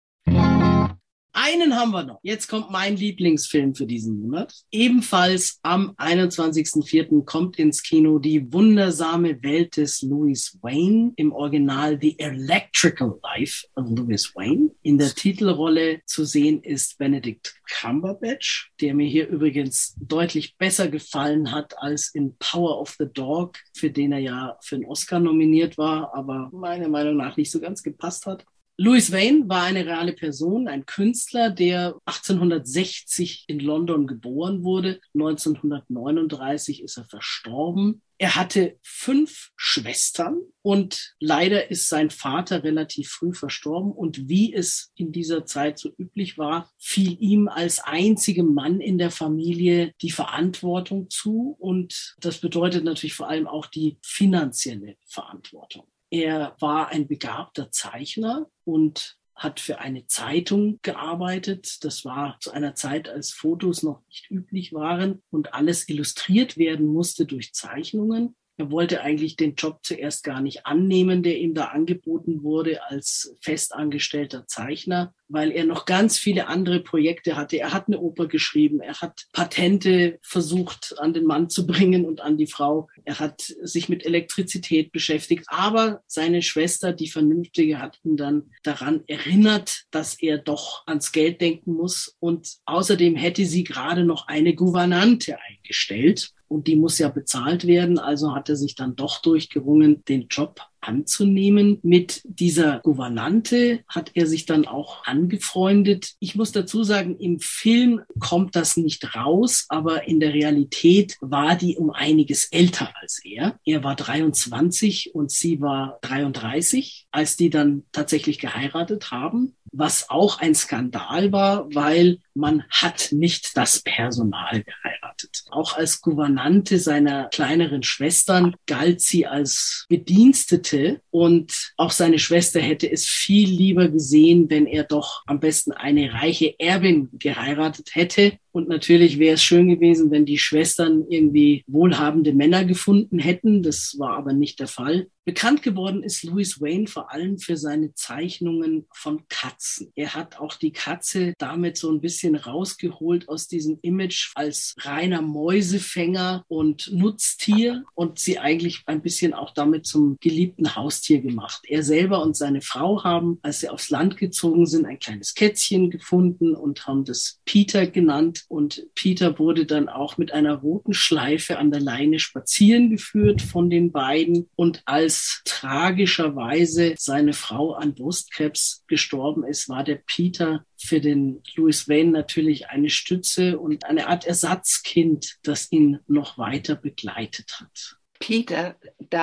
Einen haben wir noch. Jetzt kommt mein Lieblingsfilm für diesen Monat. Ebenfalls am einundzwanzigsten vierten kommt ins Kino Die wundersame Welt des Louis Wayne. Im Original The Electrical Life of Louis Wayne. In der Titelrolle zu sehen ist Benedict Cumberbatch, der mir hier übrigens deutlich besser gefallen hat als in Power of the Dog, für den er ja für einen Oscar nominiert war, aber meiner Meinung nach nicht so ganz gepasst hat. Louis Wayne war eine reale Person, ein Künstler, der achtzehnhundertsechzig in London geboren wurde. neunzehnhundertneununddreißig ist er verstorben. Er hatte fünf Schwestern und leider ist sein Vater relativ früh verstorben. Und wie es in dieser Zeit so üblich war, fiel ihm als einzigem Mann in der Familie die Verantwortung zu. Und das bedeutet natürlich vor allem auch die finanzielle Verantwortung. Er war ein begabter Zeichner und hat für eine Zeitung gearbeitet. Das war zu einer Zeit, als Fotos noch nicht üblich waren und alles illustriert werden musste durch Zeichnungen. Er wollte eigentlich den Job zuerst gar nicht annehmen, der ihm da angeboten wurde als festangestellter Zeichner, weil er noch ganz viele andere Projekte hatte. Er hat eine Oper geschrieben, er hat Patente versucht an den Mann zu bringen und an die Frau. Er hat sich mit Elektrizität beschäftigt, aber seine Schwester, die Vernünftige, hat ihn dann daran erinnert, dass er doch ans Geld denken muss. Und außerdem hätte sie gerade noch eine Gouvernante eingestellt. Und die muss ja bezahlt werden, also hat er sich dann doch durchgerungen, den Job anzunehmen. Mit dieser Gouvernante hat er sich dann auch angefreundet. Ich muss dazu sagen, im Film kommt das nicht raus, aber in der Realität war die um einiges älter als er. Er war dreiundzwanzig und sie war dreiunddreißig, als die dann tatsächlich geheiratet haben, was auch ein Skandal war, weil man hat nicht das Personal geheiratet. Auch als Gouvernante seiner kleineren Schwestern galt sie als Bedienstete und auch seine Schwester hätte es viel lieber gesehen, wenn er doch am besten eine reiche Erbin geheiratet hätte. Und natürlich wäre es schön gewesen, wenn die Schwestern irgendwie wohlhabende Männer gefunden hätten. Das war aber nicht der Fall. Bekannt geworden ist Louis Wain vor allem für seine Zeichnungen von Katzen. Er hat auch die Katze damit so ein bisschen rausgeholt aus diesem Image als reiner Mäusefänger und Nutztier und sie eigentlich ein bisschen auch damit zum geliebten Haustier gemacht. Er selber und seine Frau haben, als sie aufs Land gezogen sind, ein kleines Kätzchen gefunden und haben das Peter genannt. Und Peter wurde dann auch mit einer roten Schleife an der Leine spazieren geführt von den beiden. Und als tragischerweise seine Frau an Brustkrebs gestorben ist, war der Peter für den Louis Wain natürlich eine Stütze und eine Art Ersatzkind, das ihn noch weiter begleitet hat. Peter,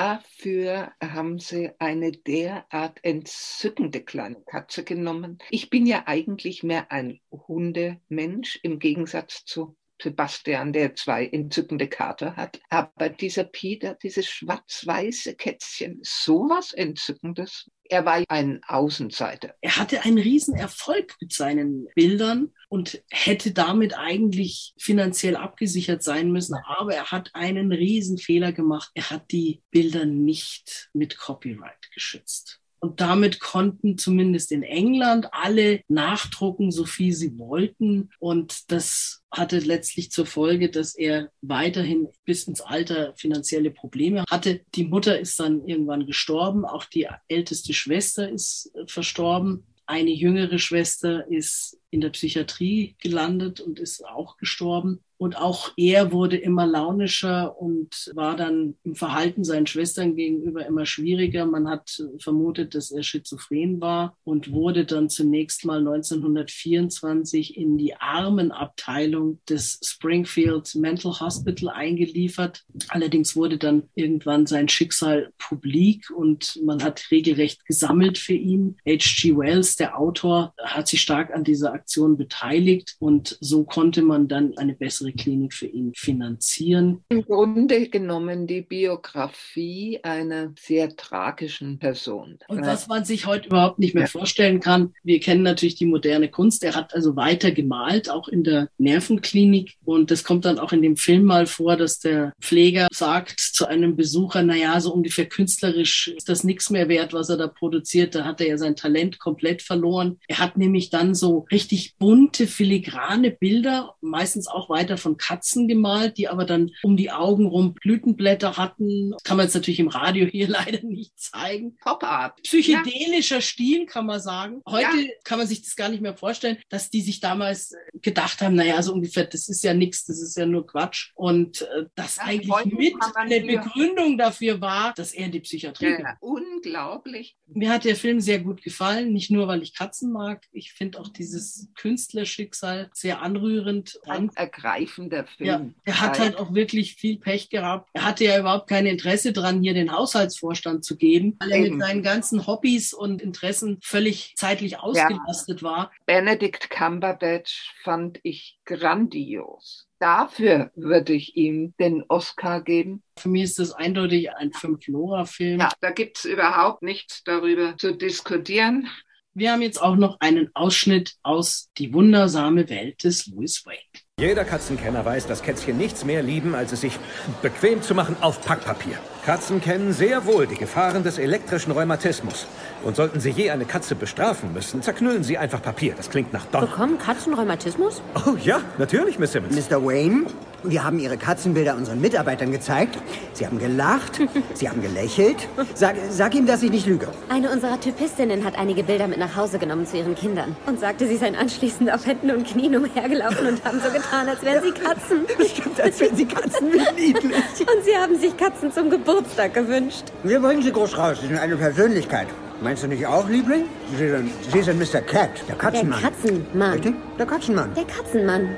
dafür haben Sie eine derart entzückende kleine Katze genommen. Ich bin ja eigentlich mehr ein Hundemensch im Gegensatz zu Sebastian, der zwei entzückende Kater hat. Aber dieser Peter, dieses schwarz-weiße Kätzchen, sowas Entzückendes. Er war ein Außenseiter. Er hatte einen riesen Erfolg mit seinen Bildern und hätte damit eigentlich finanziell abgesichert sein müssen. Aber er hat einen riesen Fehler gemacht. Er hat die Bilder nicht mit Copyright geschützt. Und damit konnten zumindest in England alle nachdrucken, so viel sie wollten. Und das hatte letztlich zur Folge, dass er weiterhin bis ins Alter finanzielle Probleme hatte. Die Mutter ist dann irgendwann gestorben. Auch die älteste Schwester ist verstorben. Eine jüngere Schwester ist in der Psychiatrie gelandet und ist auch gestorben. Und auch er wurde immer launischer und war dann im Verhalten seinen Schwestern gegenüber immer schwieriger. Man hat vermutet, dass er schizophren war und wurde dann zunächst mal neunzehnhundertvierundzwanzig in die Armenabteilung des Springfield Mental Hospital eingeliefert. Allerdings wurde dann irgendwann sein Schicksal publik und man hat regelrecht gesammelt für ihn. H G Wells, der Autor, hat sich stark an dieser Aktion beteiligt und so konnte man dann eine bessere Klinik für ihn finanzieren. Im Grunde genommen die Biografie einer sehr tragischen Person. Und was man sich heute überhaupt nicht mehr ja. vorstellen kann, wir kennen natürlich die moderne Kunst. Er hat also weiter gemalt, auch in der Nervenklinik. Und das kommt dann auch in dem Film mal vor, dass der Pfleger sagt zu einem Besucher, naja, so ungefähr künstlerisch ist das nichts mehr wert, was er da produziert. Da hat er ja sein Talent komplett verloren. Er hat nämlich dann so richtig bunte, filigrane Bilder, meistens auch weiter von Katzen gemalt, die aber dann um die Augen rum Blütenblätter hatten. Das kann man jetzt natürlich im Radio hier leider nicht zeigen. Pop Art. Psychedelischer ja. Stil, kann man sagen. Heute ja. kann man sich das gar nicht mehr vorstellen, dass die sich damals gedacht haben, naja, so ungefähr, das ist ja nichts, das ist ja nur Quatsch. Und äh, das ja, eigentlich mit eine Begründung dafür war, dass er in die Psychiatrie ja, ging. Unglaublich. Mir hat der Film sehr gut gefallen, nicht nur, weil ich Katzen mag. Ich finde auch dieses Künstlerschicksal sehr anrührend. Ein ergreifender Film. Ja, er hat halt auch wirklich viel Pech gehabt. Er hatte ja überhaupt kein Interesse dran, hier den Haushaltsvorstand zu geben, weil er Eben. mit seinen ganzen Hobbys und Interessen völlig zeitlich ausgelastet ja. war. Benedict Cumberbatch fand ich grandios. Dafür würde ich ihm den Oscar geben. Für mich ist das eindeutig ein Fünf-Lora-Film. Ja, da gibt es überhaupt nichts darüber zu diskutieren. Wir haben jetzt auch noch einen Ausschnitt aus Die wundersame Welt des Louis Wain. Jeder Katzenkenner weiß, dass Kätzchen nichts mehr lieben, als es sich bequem zu machen auf Packpapier. Katzen kennen sehr wohl die Gefahren des elektrischen Rheumatismus. Und sollten Sie je eine Katze bestrafen müssen, zerknüllen Sie einfach Papier. Das klingt nach Donner. Bekommen Katzen Rheumatismus? Oh ja, natürlich, Miss Simmons. Mister Wayne, wir haben Ihre Katzenbilder unseren Mitarbeitern gezeigt. Sie haben gelacht, Sie haben gelächelt. Sag, sag ihm, dass ich nicht lüge. Eine unserer Typistinnen hat einige Bilder mit nach Hause genommen zu ihren Kindern und sagte, sie seien anschließend auf Händen und Knien umhergelaufen und haben so getan, als wären sie Katzen. Stimmt, als wären sie Katzen, wie niedlich. Und sie haben sich Katzen zum Geburtstag gewünscht. Wir bringen Sie groß raus, Sie sind eine Persönlichkeit. Meinst du nicht auch, Liebling? Sie sind, Sie sind Mister Cat, der Katzenmann. Der Katzenmann. Richtig? Der Katzenmann. Der Katzenmann.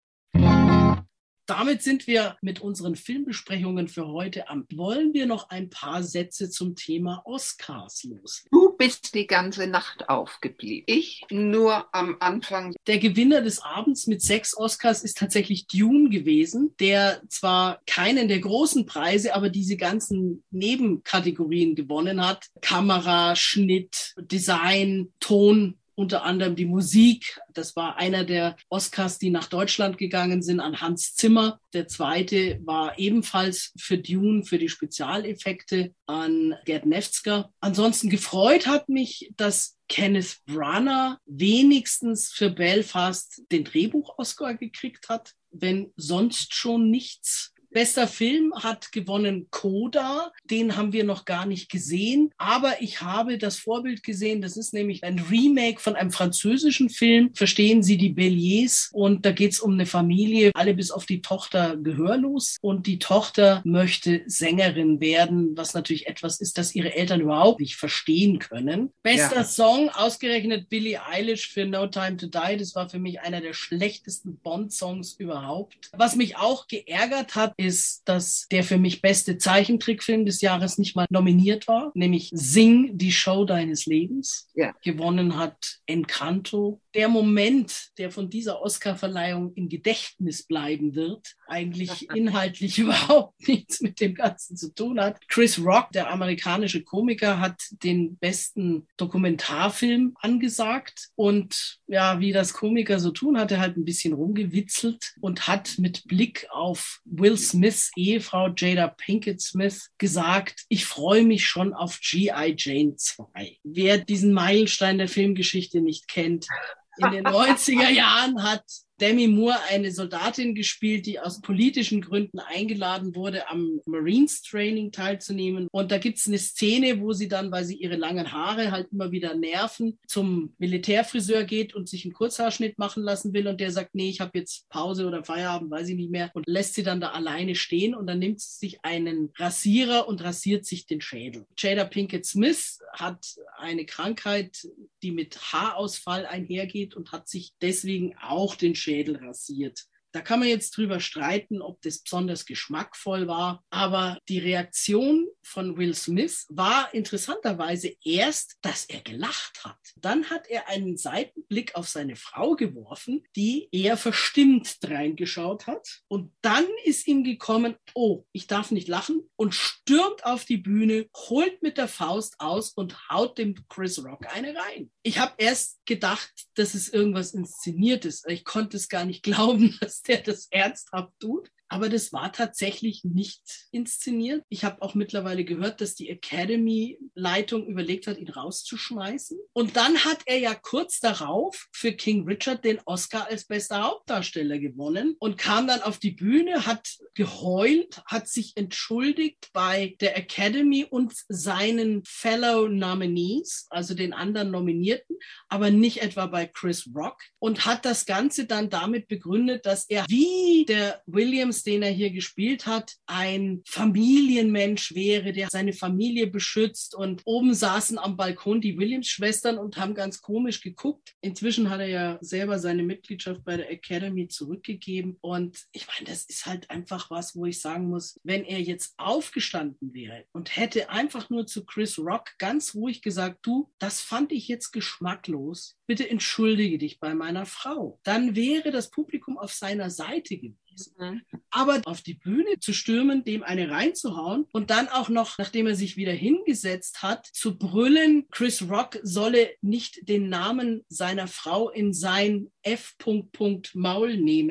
Damit sind wir mit unseren Filmbesprechungen für heute am. Wollen wir noch ein paar Sätze zum Thema Oscars los? Du bist die ganze Nacht aufgeblieben. Ich nur am Anfang. Der Gewinner des Abends mit sechs Oscars ist tatsächlich Dune gewesen, der zwar keinen der großen Preise, aber diese ganzen Nebenkategorien gewonnen hat. Kamera, Schnitt, Design, Ton. Unter anderem die Musik. Das war einer der Oscars, die nach Deutschland gegangen sind, an Hans Zimmer. Der zweite war ebenfalls für Dune, für die Spezialeffekte, an Gerd Nefzger. Ansonsten gefreut hat mich, dass Kenneth Branagh wenigstens für Belfast den Drehbuch-Oscar gekriegt hat, wenn sonst schon nichts. Bester Film hat gewonnen Coda, den haben wir noch gar nicht gesehen, aber ich habe das Vorbild gesehen, das ist nämlich ein Remake von einem französischen Film, Verstehen Sie die Béliers, und da geht es um eine Familie, alle bis auf die Tochter gehörlos, und die Tochter möchte Sängerin werden, was natürlich etwas ist, das ihre Eltern überhaupt nicht verstehen können. Bester ja. Song, ausgerechnet Billie Eilish für No Time to Die, das war für mich einer der schlechtesten Bond-Songs überhaupt. Was mich auch geärgert hat, ist, dass der für mich beste Zeichentrickfilm des Jahres nicht mal nominiert war, nämlich Sing, die Show deines Lebens. Ja. Gewonnen hat Encanto. Der Moment, der von dieser Oscarverleihung im Gedächtnis bleiben wird, eigentlich inhaltlich überhaupt nichts mit dem Ganzen zu tun hat. Chris Rock, der amerikanische Komiker, hat den besten Dokumentarfilm angesagt und ja, wie das Komiker so tun, hat er halt ein bisschen rumgewitzelt und hat mit Blick auf Will Smiths Ehefrau Jada Pinkett Smith gesagt, ich freue mich schon auf G I Jane zwei. Wer diesen Meilenstein der Filmgeschichte nicht kennt, in den neunziger Jahren hat Demi Moore eine Soldatin gespielt, die aus politischen Gründen eingeladen wurde, am Marines Training teilzunehmen. Und da gibt es eine Szene, wo sie dann, weil sie ihre langen Haare halt immer wieder nerven, zum Militärfriseur geht und sich einen Kurzhaarschnitt machen lassen will. Und der sagt, nee, ich habe jetzt Pause oder Feierabend, weiß ich nicht mehr. Und lässt sie dann da alleine stehen. Und dann nimmt sie sich einen Rasierer und rasiert sich den Schädel. Jada Pinkett Smith hat eine Krankheit, die mit Haarausfall einhergeht und hat sich deswegen auch den Schädel rasiert. Da kann man jetzt drüber streiten, ob das besonders geschmackvoll war, aber die Reaktion von Will Smith war interessanterweise erst, dass er gelacht hat. Dann hat er einen Seitenblick auf seine Frau geworfen, die eher verstimmt reingeschaut hat. Und dann ist ihm gekommen, oh, ich darf nicht lachen, und stürmt auf die Bühne, holt mit der Faust aus und haut dem Chris Rock eine rein. Ich habe erst gedacht, das ist irgendwas Inszeniertes. Ich konnte es gar nicht glauben, dass der das ernsthaft tut. Aber das war tatsächlich nicht inszeniert. Ich habe auch mittlerweile gehört, dass die Academy-Leitung überlegt hat, ihn rauszuschmeißen. Und dann hat er ja kurz darauf für King Richard den Oscar als bester Hauptdarsteller gewonnen und kam dann auf die Bühne, hat geheult, hat sich entschuldigt bei der Academy und seinen Fellow Nominees, also den anderen Nominierten, aber nicht etwa bei Chris Rock, und hat das Ganze dann damit begründet, dass er wie der Williams, den er hier gespielt hat, ein Familienmensch wäre, der seine Familie beschützt, und oben saßen am Balkon die Williams-Schwestern und haben ganz komisch geguckt. Inzwischen hat er ja selber seine Mitgliedschaft bei der Academy zurückgegeben, und ich meine, das ist halt einfach was, wo ich sagen muss, wenn er jetzt aufgestanden wäre und hätte einfach nur zu Chris Rock ganz ruhig gesagt, du, das fand ich jetzt geschmacklos, bitte entschuldige dich bei meiner Frau, dann wäre das Publikum auf seiner Seite gewesen. Mhm. Aber auf die Bühne zu stürmen, dem eine reinzuhauen und dann auch noch, nachdem er sich wieder hingesetzt hat, zu brüllen, Chris Rock solle nicht den Namen seiner Frau in sein F. Maul nehmen.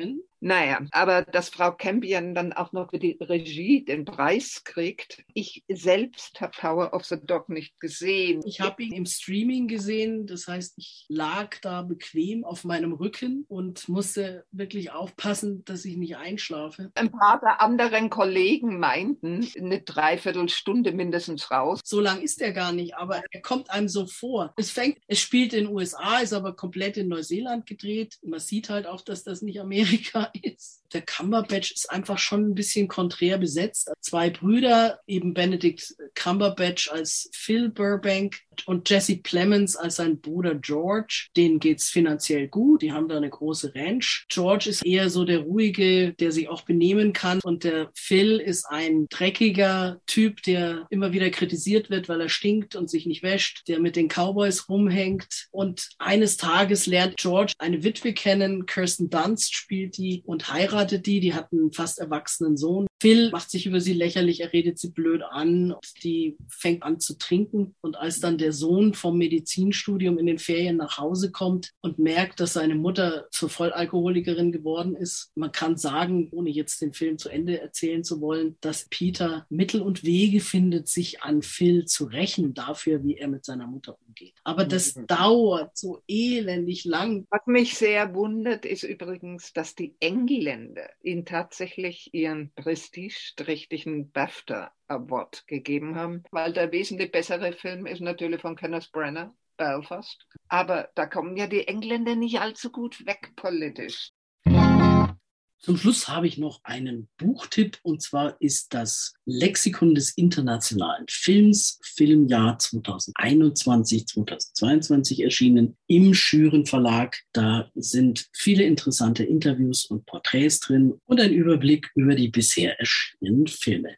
Naja, aber dass Frau Campion dann auch noch für die Regie den Preis kriegt. Ich selbst habe Power of the Dog nicht gesehen. Ich habe ihn im Streaming gesehen. Das heißt, ich lag da bequem auf meinem Rücken und musste wirklich aufpassen, dass ich nicht einschlafe. Ein paar der anderen Kollegen meinten, eine Dreiviertelstunde mindestens raus. So lang ist er gar nicht, aber er kommt einem so vor. Es fängt, es spielt in den U S A, ist aber komplett in Neuseeland gedreht. Man sieht halt auch, dass das nicht Amerika ist. Der Cumberbatch ist einfach schon ein bisschen konträr besetzt. Zwei Brüder, eben Benedict Cumberbatch als Phil Burbank und Jesse Plemons als sein Bruder George. Denen geht's finanziell gut. Die haben da eine große Ranch. George ist eher so der ruhige, der sich auch benehmen kann. Und der Phil ist ein dreckiger Typ, der immer wieder kritisiert wird, weil er stinkt und sich nicht wäscht, der mit den Cowboys rumhängt. Und eines Tages lernt George eine Witwe kennen. Kirsten Dunst spielt die und heiratet die. Die hat einen fast erwachsenen Sohn. Phil macht sich über sie lächerlich, er redet sie blöd an. Und die fängt an zu trinken. Und als dann der Sohn vom Medizinstudium in den Ferien nach Hause kommt und merkt, dass seine Mutter zur Vollalkoholikerin geworden ist, man kann sagen, ohne jetzt den Film zu Ende erzählen zu wollen, dass Peter Mittel und Wege findet, sich an Phil zu rächen dafür, wie er mit seiner Mutter umgeht. Aber das mhm. dauert so elendig lang. Was mich sehr wundert, ist übrigens, dass die Engländer ihn tatsächlich ihren prestigeträchtigen BAFTA Award gegeben haben, weil der wesentlich bessere Film ist natürlich von Kenneth Branagh, Belfast. Aber da kommen ja die Engländer nicht allzu gut weg politisch. Zum Schluss habe ich noch einen Buchtipp, und zwar ist das Lexikon des internationalen Films, Filmjahr zweitausendeinundzwanzig zweitausendzweiundzwanzig erschienen im Schüren Verlag. Da sind viele interessante Interviews und Porträts drin und ein Überblick über die bisher erschienenen Filme.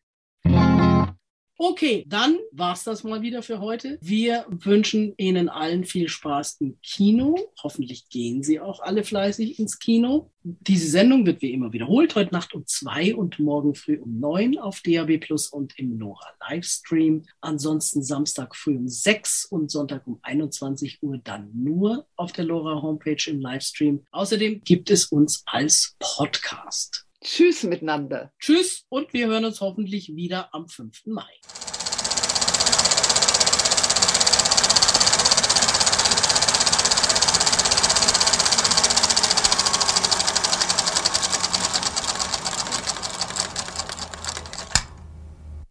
Okay, dann war's das mal wieder für heute. Wir wünschen Ihnen allen viel Spaß im Kino. Hoffentlich gehen Sie auch alle fleißig ins Kino. Diese Sendung wird wie immer wiederholt, heute Nacht um zwei und morgen früh um neun auf D A B Plus und im Nora Livestream. Ansonsten Samstag früh um sechs und Sonntag um einundzwanzig Uhr dann nur auf der Nora Homepage im Livestream. Außerdem gibt es uns als Podcast. Tschüss miteinander. Tschüss und wir hören uns hoffentlich wieder am fünften Mai.